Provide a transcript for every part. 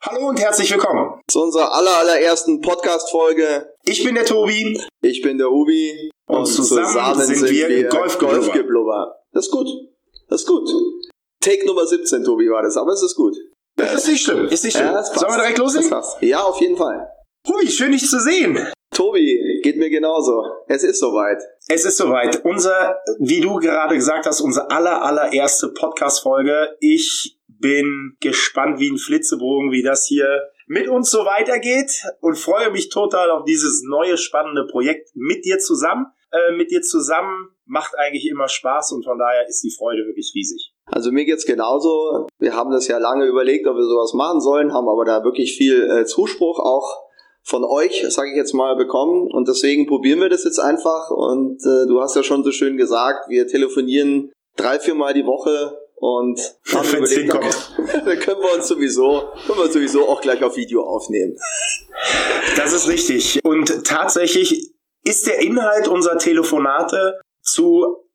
Hallo und herzlich willkommen zu unserer allerersten Podcast-Folge. Ich bin der Tobi. Ich bin der Ubi. Und zusammen sind wir Golfgeblubber. Das ist gut. Das ist gut. Take Nummer 17, Tobi, war das, aber es ist gut. Das ist nicht schlimm. Ist nicht schlimm. Ja, sollen wir direkt loslegen? Ja, auf jeden Fall. Hui, schön dich zu sehen. Tobi, geht mir genauso. Es ist soweit. Es ist soweit. Wie du gerade gesagt hast, unsere allererste Podcast-Folge. Ich bin gespannt wie ein Flitzebogen, wie das hier mit uns so weitergeht und freue mich total auf dieses neue spannende Projekt mit dir zusammen. Mit dir zusammen macht eigentlich immer Spaß und von daher ist die Freude wirklich riesig. Also mir geht's genauso. Wir haben das ja lange überlegt, ob wir sowas machen sollen, haben aber da wirklich viel Zuspruch auch von euch, sage ich jetzt mal, bekommen und deswegen probieren wir das jetzt einfach und du hast ja schon so schön gesagt, wir telefonieren 3-4 Mal die Woche und haben überlegt, dann können wir sowieso auch gleich auf Video aufnehmen. Das ist richtig und tatsächlich ist der Inhalt unserer Telefonate zu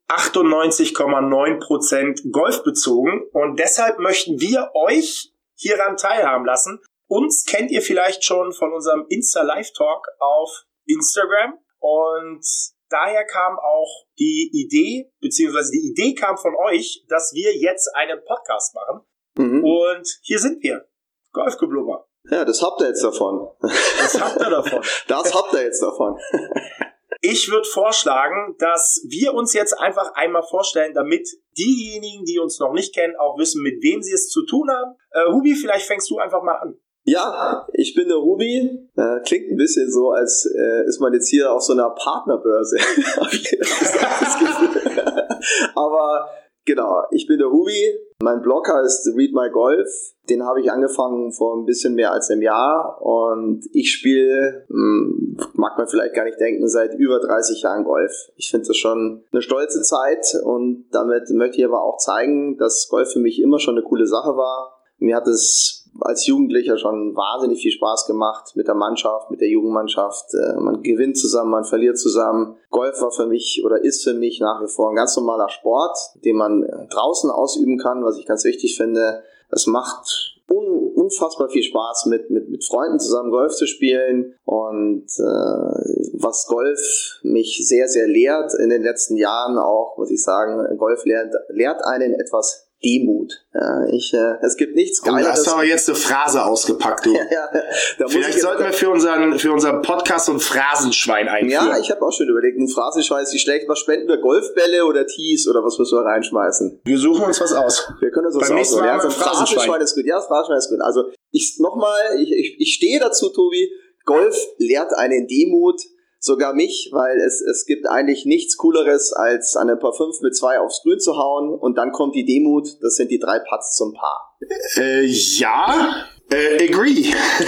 98,9% golfbezogen und deshalb möchten wir euch hieran teilhaben lassen. Uns kennt ihr vielleicht schon von unserem Insta-Live-Talk auf Instagram und daher kam auch die Idee, beziehungsweise die Idee kam von euch, dass wir jetzt einen Podcast machen. Und hier sind wir, Golfgeblubber. Ja, das habt ihr jetzt davon. Das habt ihr davon. Das habt ihr jetzt davon. Ich würde vorschlagen, dass wir uns jetzt einfach einmal vorstellen, damit diejenigen, die uns noch nicht kennen, auch wissen, mit wem sie es zu tun haben. Hubi, vielleicht fängst du einfach mal an. Ja, ich bin der Hubi. Klingt ein bisschen so, als ist man jetzt hier auf so einer Partnerbörse. Aber genau, ich bin der Hubi. Mein Blog heißt Read My Golf. Den habe ich angefangen vor ein bisschen mehr als einem Jahr. Und ich spiele, mag man vielleicht gar nicht denken, seit über 30 Jahren Golf. Ich finde das schon eine stolze Zeit. Und damit möchte ich aber auch zeigen, dass Golf für mich immer schon eine coole Sache war. Mir hat es als Jugendlicher schon wahnsinnig viel Spaß gemacht mit der Mannschaft, mit der Jugendmannschaft. Man gewinnt zusammen, man verliert zusammen. Golf war für mich oder ist für mich nach wie vor ein ganz normaler Sport, den man draußen ausüben kann, was ich ganz wichtig finde. Es macht unfassbar viel Spaß, mit Freunden zusammen Golf zu spielen. Und was Golf mich sehr, sehr lehrt in den letzten Jahren auch, muss ich sagen, Golf lehrt einen etwas Demut. Ja, es gibt nichts Geileres. Du hast aber jetzt eine Phrase ausgepackt, du. Vielleicht sollten wir für unseren Podcast so ein Phrasenschwein einführen. Ja, ich habe auch schon überlegt, ein Phrasenschwein ist nicht schlecht. Was spenden wir? Golfbälle oder Tees oder was müssen wir reinschmeißen? Wir suchen uns was aus. Wir können uns was aussuchen. Ja, so ein Phrasenschwein ist gut. Ja, das Phrasenschwein ist gut. Also ich stehe dazu, Tobi. Golf lehrt einen Demut. Sogar mich, weil es gibt eigentlich nichts Cooleres, als an ein Par 5 mit 2 aufs Grün zu hauen und dann kommt die Demut, das sind die 3 Putts zum Paar. Agree.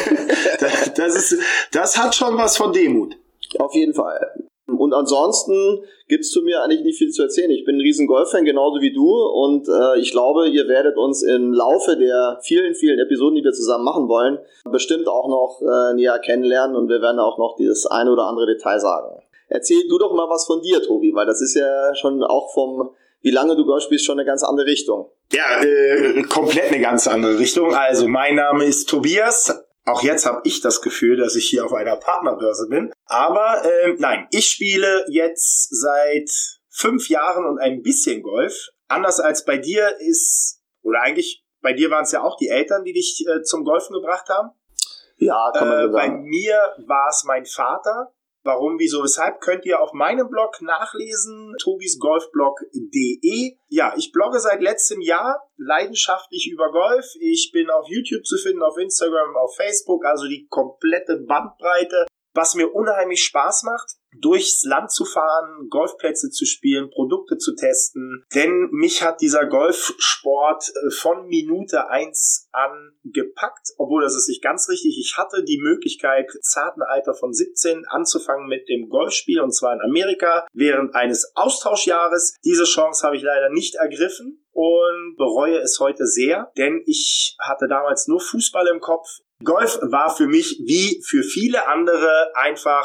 Das hat schon was von Demut. Auf jeden Fall. Und ansonsten gibt's zu mir eigentlich nicht viel zu erzählen. Ich bin ein riesen Golf-Fan, genauso wie du. Und ich glaube, ihr werdet uns im Laufe der vielen, vielen Episoden, die wir zusammen machen wollen, bestimmt auch noch näher kennenlernen. Und wir werden auch noch dieses eine oder andere Detail sagen. Erzähl du doch mal was von dir, Tobi, weil das ist ja schon auch wie lange du Golf spielst, schon eine ganz andere Richtung. Ja, komplett eine ganz andere Richtung. Also, mein Name ist Tobias. Auch jetzt habe ich das Gefühl, dass ich hier auf einer Partnerbörse bin. Aber nein, ich spiele jetzt seit 5 Jahren und ein bisschen Golf. Anders als bei dir bei dir waren es ja auch die Eltern, die dich zum Golfen gebracht haben. Ja, kann man so sagen. Bei mir war es mein Vater. Warum, wieso, weshalb könnt ihr auf meinem Blog nachlesen, tobisgolfblog.de. Ja, ich blogge seit letztem Jahr leidenschaftlich über Golf. Ich bin auf YouTube zu finden, auf Instagram, auf Facebook, also die komplette Bandbreite. Was mir unheimlich Spaß macht, durchs Land zu fahren, Golfplätze zu spielen, Produkte zu testen. Denn mich hat dieser Golfsport von Minute 1 an gepackt. Obwohl, das ist nicht ganz richtig. Ich hatte die Möglichkeit, zarten Alter von 17 anzufangen mit dem Golfspiel, und zwar in Amerika, während eines Austauschjahres. Diese Chance habe ich leider nicht ergriffen und bereue es heute sehr, denn ich hatte damals nur Fußball im Kopf. Golf war für mich, wie für viele andere, einfach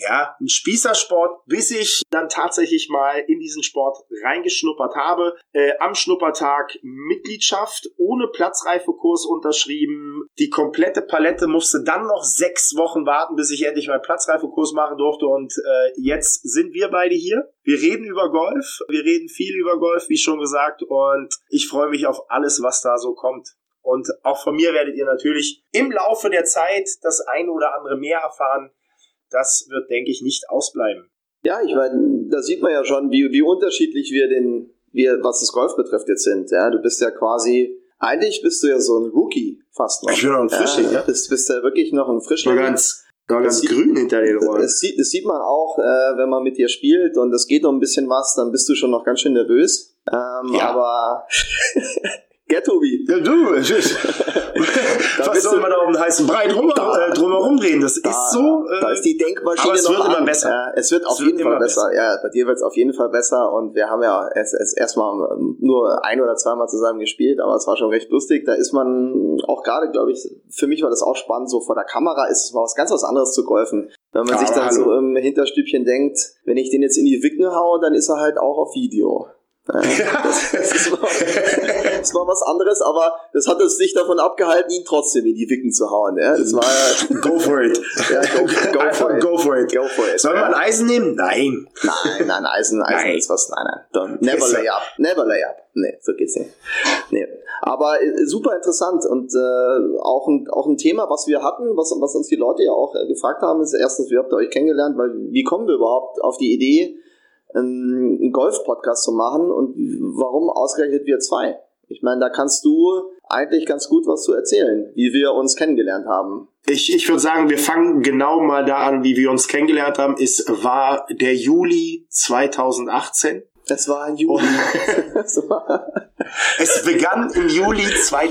ja, ein Spießersport, bis ich dann tatsächlich mal in diesen Sport reingeschnuppert habe. Am Schnuppertag Mitgliedschaft, ohne Platzreifekurs unterschrieben. Die komplette Palette, musste dann noch 6 Wochen warten, bis ich endlich meinen Platzreifekurs machen durfte. Und jetzt sind wir beide hier. Wir reden über Golf. Wir reden viel über Golf, wie schon gesagt. Und ich freue mich auf alles, was da so kommt. Und auch von mir werdet ihr natürlich im Laufe der Zeit das eine oder andere mehr erfahren. Das wird, denke ich, nicht ausbleiben. Ja, ich meine, da sieht man ja schon, wie unterschiedlich wir, was das Golf betrifft, jetzt sind. Ja, du bist ja quasi, eigentlich bist du ja so ein Rookie fast noch. Ich bin noch ein Frischling, ja. Bist ja wirklich noch ein Frischling. Noch ganz grün hinter den Ohren. Das sieht man auch, wenn man mit dir spielt und es geht noch ein bisschen was, dann bist du schon noch ganz schön nervös. Ja. Aber Tobi. Ja, du. Was soll man da um den heißen Brei drumherum reden? Das ist so. Da ist die Denkmaschine aber es noch wird immer besser. Ja, es wird auf jeden Fall besser. Ja, bei dir wird es auf jeden Fall besser und wir haben ja erstmal nur 1 oder 2 Mal zusammen gespielt, aber es war schon recht lustig. Da ist man auch gerade, glaube ich, für mich war das auch spannend, so vor der Kamera ist es mal was ganz was anderes zu golfen. Wenn man sich dann so im Hinterstübchen denkt, wenn ich den jetzt in die Wicken haue, dann ist er halt auch auf Video. Das war was anderes, aber das hat uns nicht davon abgehalten, ihn trotzdem in die Wicken zu hauen. Ja? Das war Go for it. Ja, go for it. Soll man Eisen nehmen? Nein. Nein, Eisen ist was. Nein. Never lay up. Nee, so geht's nicht. Nee. Aber super interessant und auch ein Thema, was wir hatten, was uns die Leute ja auch gefragt haben, ist erstens, wie habt ihr euch kennengelernt, weil wie kommen wir überhaupt auf die Idee, einen Golf-Podcast zu machen und warum ausgerechnet wir 2? Ich meine, da kannst du eigentlich ganz gut was zu erzählen, wie wir uns kennengelernt haben. Ich würde sagen, wir fangen genau mal da an, wie wir uns kennengelernt haben. Es war der Juli 2018. Es war ein Juli. Es begann im Juli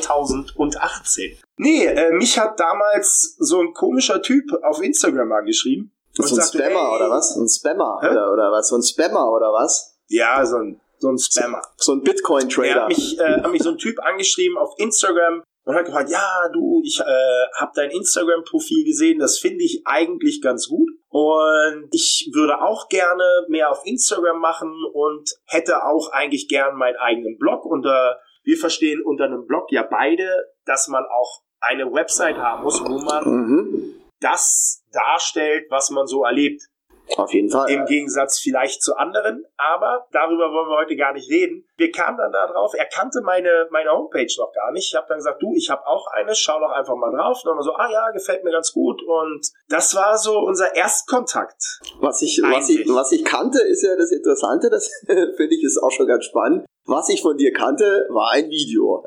2018. mich hat damals so ein komischer Typ auf Instagram angeschrieben. So ein Spammer oder was? Ein Spammer oder was? So ein Spammer oder was? Ja, so ein Spammer. So ein Bitcoin-Trader. Hat mich so ein Typ angeschrieben auf Instagram und hat gefragt, ja, du, ich habe dein Instagram-Profil gesehen, das finde ich eigentlich ganz gut. Und ich würde auch gerne mehr auf Instagram machen und hätte auch eigentlich gern meinen eigenen Blog. Und wir verstehen unter einem Blog ja beide, dass man auch eine Website haben muss, wo man das darstellt, was man so erlebt. Auf jeden Fall. Im Gegensatz vielleicht zu anderen, aber darüber wollen wir heute gar nicht reden. Wir kamen dann da drauf, er kannte meine Homepage noch gar nicht. Ich habe dann gesagt, du, ich habe auch eine, schau doch einfach mal drauf. Und dann war so, ja, gefällt mir ganz gut. Und das war so unser Erstkontakt. Was ich kannte, ist ja das Interessante, das finde ich ist auch schon ganz spannend. Was ich von dir kannte, war ein Video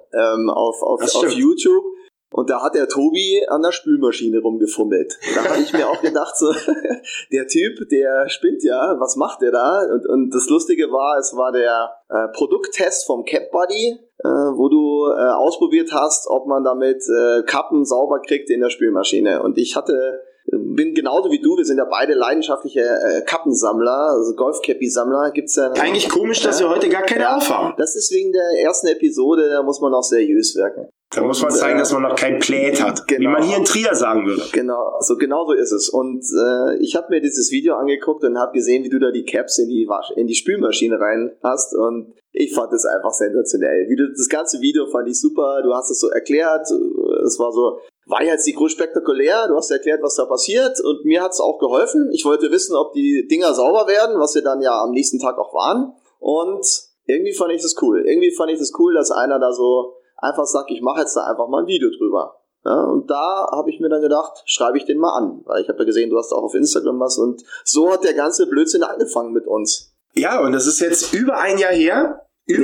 auf YouTube. Und da hat der Tobi an der Spülmaschine rumgefummelt. Da habe ich mir auch gedacht, so, der Typ, der spinnt ja, was macht der da? Und das Lustige war, es war der Produkttest vom Cap Buddy, wo du ausprobiert hast, ob man damit Kappen sauber kriegt in der Spülmaschine. Und ich bin genauso wie du, wir sind ja beide leidenschaftliche Kappensammler, also Golf-Cappy-Sammler. Gibt's ja eigentlich komisch, dass wir heute gar keine aufhaben. Das ist wegen der ersten Episode, da muss man noch seriös wirken. Da muss man zeigen, dass man noch kein Plät hat, genau. Wie man hier in Trier sagen würde. Genau so ist es. Und ich habe mir dieses Video angeguckt und habe gesehen, wie du da die Caps in die Spülmaschine rein hast. Und ich fand das einfach sensationell. Das ganze Video fand ich super. Du hast es so erklärt. Es war jetzt nicht groß spektakulär. Du hast erklärt, was da passiert. Und mir hat es auch geholfen. Ich wollte wissen, ob die Dinger sauber werden, was wir dann ja am nächsten Tag auch waren. Und irgendwie fand ich das cool. Dass einer da so einfach sagt, ich mache jetzt da einfach mal ein Video drüber. Ja, und da habe ich mir dann gedacht, schreibe ich den mal an. Weil ich habe ja gesehen, du hast auch auf Instagram was. Und so hat der ganze Blödsinn angefangen mit uns. Ja, und das ist jetzt über ein Jahr her.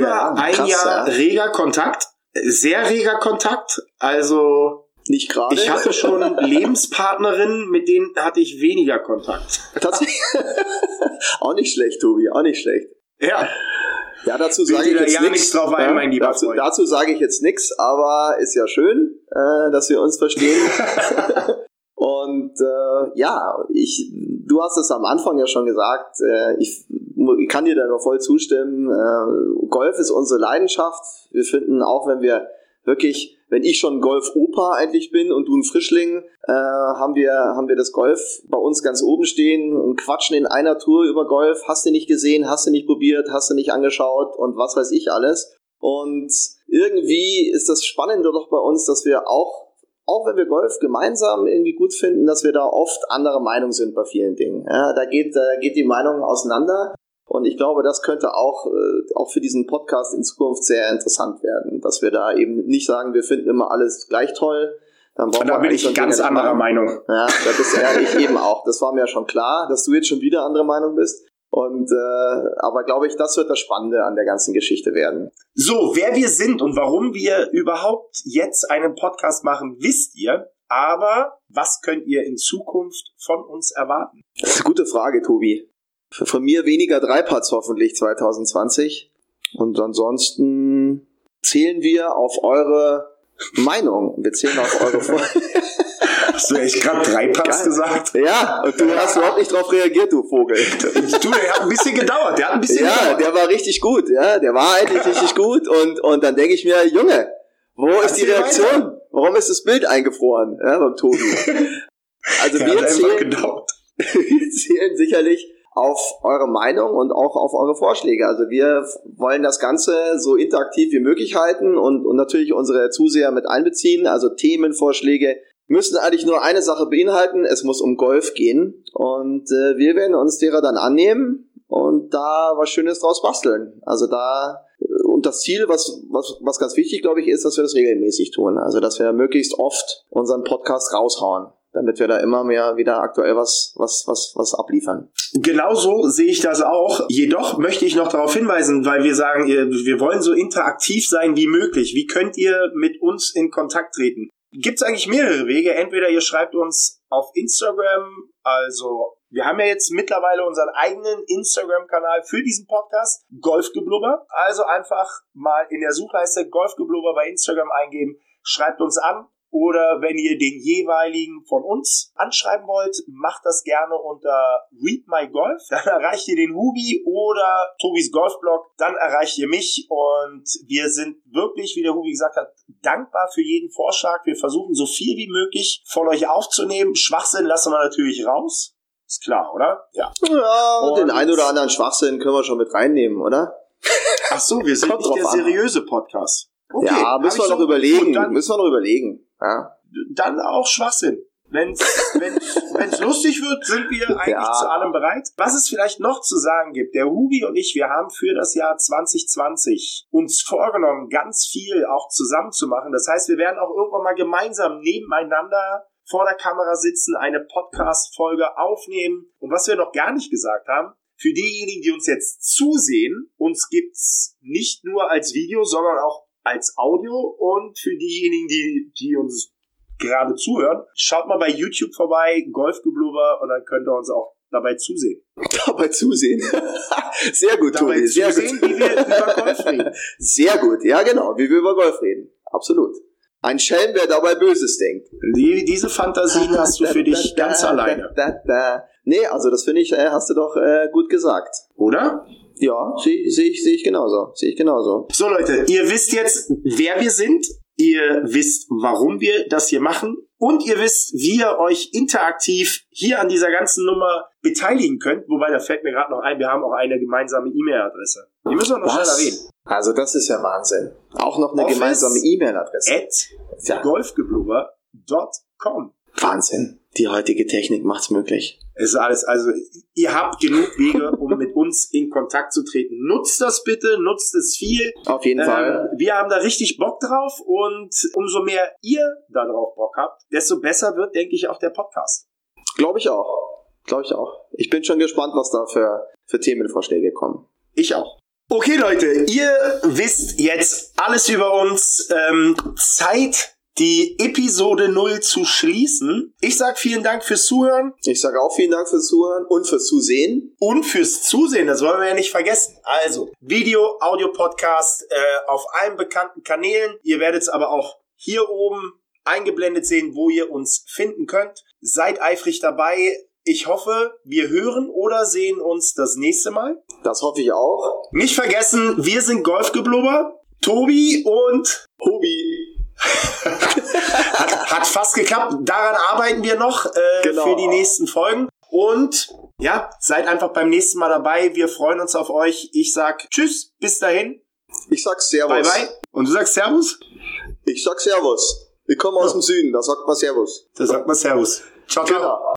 Reger Kontakt. Sehr reger Kontakt. Also nicht gerade. Ich hatte schon Lebenspartnerinnen, mit denen hatte ich weniger Kontakt. Tatsächlich. Auch nicht schlecht, Tobi. Auch nicht schlecht. Ja. Ja, dazu sage ich jetzt nichts drauf ein, mein lieber Freund. Dazu sage ich jetzt nichts, aber ist ja schön, dass wir uns verstehen. Und du hast es am Anfang ja schon gesagt, ich kann dir da noch voll zustimmen. Golf ist unsere Leidenschaft. Wir finden, auch wenn wir wirklich, wenn ich schon Golf-Opa eigentlich bin und du ein Frischling, haben wir das Golf bei uns ganz oben stehen und quatschen in einer Tour über Golf. Hast du nicht gesehen, hast du nicht probiert, hast du nicht angeschaut und was weiß ich alles. Und irgendwie ist das Spannende doch bei uns, dass wir auch wenn wir Golf gemeinsam irgendwie gut finden, dass wir da oft anderer Meinung sind bei vielen Dingen. Ja, da geht die Meinung auseinander. Und ich glaube, das könnte auch für diesen Podcast in Zukunft sehr interessant werden, dass wir da eben nicht sagen, wir finden immer alles gleich toll. Dann bin ich ganz anderer Meinung. Ja, das ist ich eben auch. Das war mir ja schon klar, dass du jetzt schon wieder anderer Meinung bist. Und aber glaube ich, das wird das Spannende an der ganzen Geschichte werden. So, wer wir sind und warum wir überhaupt jetzt einen Podcast machen, wisst ihr. Aber was könnt ihr in Zukunft von uns erwarten? Das ist eine gute Frage, Tobi. Von mir weniger Dreipads hoffentlich 2020. Und ansonsten zählen wir auf eure Meinung. Wir zählen auf eure Hast du echt gerade Dreipads gesagt? Ja, und du hast überhaupt nicht drauf reagiert, du Vogel. Der hat ein bisschen gedauert. Ja, der war richtig gut. Ja, der war eigentlich richtig gut. Und dann denke ich mir, Junge, wo ist die Reaktion? Warum ist das Bild eingefroren? Ja, beim Tobi. Also wir zählen sicherlich auf eure Meinung und auch auf eure Vorschläge. Also wir wollen das Ganze so interaktiv wie möglich halten und natürlich unsere Zuseher mit einbeziehen. Also Themenvorschläge müssen eigentlich nur eine Sache beinhalten. Es muss um Golf gehen. Und wir werden uns derer dann annehmen und da was Schönes draus basteln. Also und das Ziel, was ganz wichtig, glaube ich, ist, dass wir das regelmäßig tun. Also dass wir möglichst oft unseren Podcast raushauen, damit wir da immer mehr wieder aktuell was abliefern. Genau so sehe ich das auch. Jedoch möchte ich noch darauf hinweisen, weil wir sagen, wir wollen so interaktiv sein wie möglich. Wie könnt ihr mit uns in Kontakt treten? Gibt es eigentlich mehrere Wege. Entweder ihr schreibt uns auf Instagram, also wir haben ja jetzt mittlerweile unseren eigenen Instagram-Kanal für diesen Podcast, Golfgeblubber. Also einfach mal in der Suchleiste Golfgeblubber bei Instagram eingeben, schreibt uns an. Oder wenn ihr den jeweiligen von uns anschreiben wollt, macht das gerne unter Read My Golf. Dann erreicht ihr den Hubi oder Tobis Golfblog. Dann erreicht ihr mich. Und wir sind wirklich, wie der Hubi gesagt hat, dankbar für jeden Vorschlag. Wir versuchen so viel wie möglich von euch aufzunehmen. Schwachsinn lassen wir natürlich raus. Ist klar, oder? Ja, und den einen oder anderen Schwachsinn können wir schon mit reinnehmen, oder? Ach so, wir sind nicht der seriöse Podcast. Okay, ja, müssen wir noch überlegen. Ja. Dann auch Schwachsinn. Wenn's lustig wird, sind wir eigentlich zu allem bereit. Was es vielleicht noch zu sagen gibt, der Hubi und ich, wir haben für das Jahr 2020 uns vorgenommen, ganz viel auch zusammen zu machen. Das heißt, wir werden auch irgendwann mal gemeinsam nebeneinander vor der Kamera sitzen, eine Podcast-Folge aufnehmen. Und was wir noch gar nicht gesagt haben, für diejenigen, die uns jetzt zusehen, uns gibt's nicht nur als Video, sondern auch als Audio, und für diejenigen, die uns gerade zuhören, schaut mal bei YouTube vorbei, Golfgeblubber, und dann könnt ihr uns auch dabei zusehen. Dabei zusehen? Sehr gut, Tobi. Dabei zusehen, wie wir über Golf reden. Sehr gut, ja genau, wie wir über Golf reden. Absolut. Ein Schelm, wer dabei Böses denkt. Diese Fantasien hast du für dich ganz alleine. Nee, also das finde ich, hast du doch gut gesagt. Oder? Ja, sehe ich genauso. So Leute, ihr wisst jetzt, wer wir sind. Ihr wisst, warum wir das hier machen. Und ihr wisst, wie ihr euch interaktiv hier an dieser ganzen Nummer beteiligen könnt. Wobei, da fällt mir gerade noch ein, wir haben auch eine gemeinsame E-Mail-Adresse. Die müssen wir noch schnell erwähnen. Also das ist ja Wahnsinn. Auch noch eine gemeinsame E-Mail-Adresse. @golfgeblubber.com. Wahnsinn. Die heutige Technik macht's möglich. Es ist alles, also ihr habt genug Wege, um mit uns in Kontakt zu treten. Nutzt das bitte, nutzt es viel. Auf jeden Fall. Wir haben da richtig Bock drauf, und umso mehr ihr da drauf Bock habt, desto besser wird, denke ich, auch der Podcast. Glaube ich auch. Ich bin schon gespannt, was da für Themenvorschläge kommen. Ich auch. Okay, Leute, ihr wisst jetzt alles über uns. Zeit, die Episode 0 zu schließen. Ich sag vielen Dank fürs Zuhören. Ich sage auch vielen Dank fürs Zuhören und fürs Zusehen. Und fürs Zusehen, das wollen wir ja nicht vergessen. Also, Video, Audio-Podcast auf allen bekannten Kanälen. Ihr werdet es aber auch hier oben eingeblendet sehen, wo ihr uns finden könnt. Seid eifrig dabei. Ich hoffe, wir hören oder sehen uns das nächste Mal. Das hoffe ich auch. Nicht vergessen, wir sind Golfgeblubber, Tobi und Hubi. Hat fast geklappt. Daran arbeiten wir noch für die nächsten Folgen. Und ja, seid einfach beim nächsten Mal dabei. Wir freuen uns auf euch. Ich sag Tschüss, bis dahin. Ich sag Servus. Bye, bye. Und du sagst Servus? Ich sag Servus. Ich komme aus dem Süden, da sagt man Servus. Da sagt man Servus. Ciao, ciao. Genau.